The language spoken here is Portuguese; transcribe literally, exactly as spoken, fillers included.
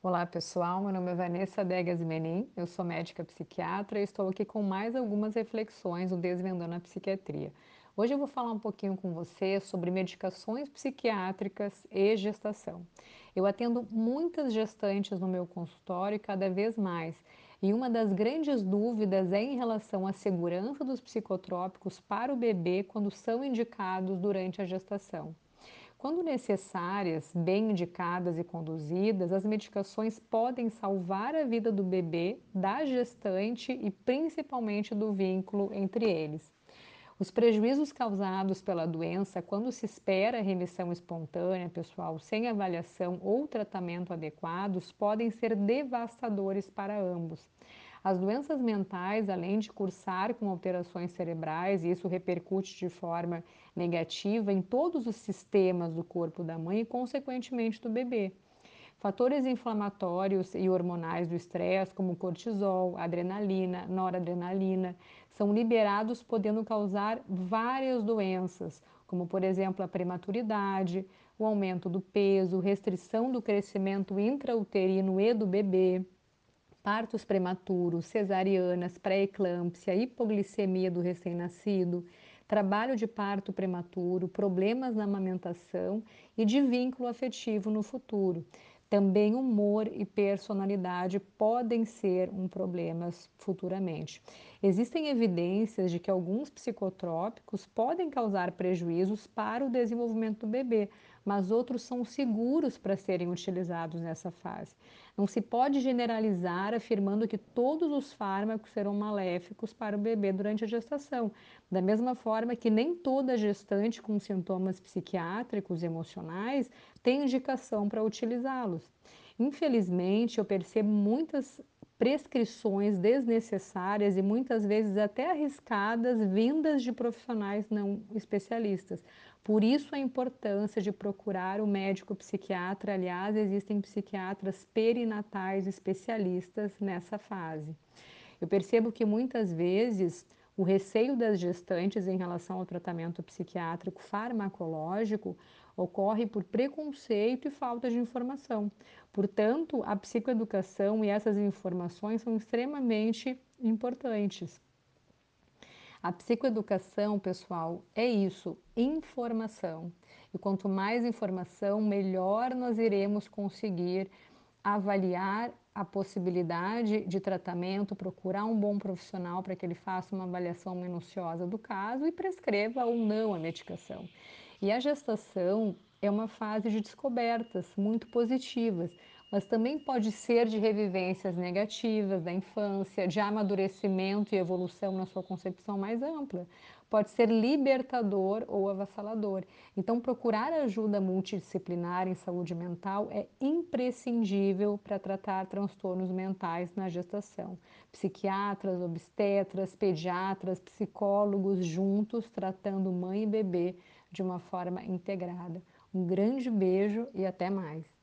Olá pessoal, meu nome é Vanessa Degas Menin, eu sou médica psiquiatra e estou aqui com mais algumas reflexões do Desvendando a Psiquiatria. Hoje eu vou falar um pouquinho com você sobre medicações psiquiátricas e gestação. Eu atendo muitas gestantes no meu consultório e cada vez mais, e uma das grandes dúvidas é em relação à segurança dos psicotrópicos para o bebê quando são indicados durante a gestação. Quando necessárias, bem indicadas e conduzidas, as medicações podem salvar a vida do bebê, da gestante e principalmente do vínculo entre eles. Os prejuízos causados pela doença quando se espera remissão espontânea, pessoal, sem avaliação ou tratamento adequados, podem ser devastadores para ambos. As doenças mentais, além de cursar com alterações cerebrais, e isso repercute de forma negativa em todos os sistemas do corpo da mãe e, consequentemente, do bebê. Fatores inflamatórios e hormonais do estresse, como cortisol, adrenalina, noradrenalina, são liberados, podendo causar várias doenças, como, por exemplo, a prematuridade, o aumento do peso, restrição do crescimento intrauterino e do bebê, partos prematuros, cesarianas, pré-eclâmpsia, hipoglicemia do recém-nascido, trabalho de parto prematuro, problemas na amamentação e de vínculo afetivo no futuro. Também humor e personalidade podem ser um problema futuramente. Existem evidências de que alguns psicotrópicos podem causar prejuízos para o desenvolvimento do bebê, mas outros são seguros para serem utilizados nessa fase. Não se pode generalizar afirmando que todos os fármacos serão maléficos para o bebê durante a gestação, da mesma forma que nem toda gestante com sintomas psiquiátricos e emocionais tem indicação para utilizá-los. Infelizmente, eu percebo muitas prescrições desnecessárias e muitas vezes até arriscadas vindas de profissionais não especialistas. Por isso a importância de procurar o médico psiquiatra. Aliás, existem psiquiatras perinatais especialistas nessa fase. Eu percebo que muitas vezes o receio das gestantes em relação ao tratamento psiquiátrico farmacológico ocorre por preconceito e falta de informação. Portanto, a psicoeducação e essas informações são extremamente importantes. A psicoeducação, pessoal, é isso, informação. E quanto mais informação, melhor nós iremos conseguir avaliar a possibilidade de tratamento, procurar um bom profissional para que ele faça uma avaliação minuciosa do caso e prescreva ou não a medicação. E a gestação é uma fase de descobertas muito positivas, mas também pode ser de revivências negativas da infância, de amadurecimento e evolução na sua concepção mais ampla. Pode ser libertador ou avassalador. Então, procurar ajuda multidisciplinar em saúde mental é imprescindível para tratar transtornos mentais na gestação. Psiquiatras, obstetras, pediatras, psicólogos juntos tratando mãe e bebê de uma forma integrada. Um grande beijo e até mais.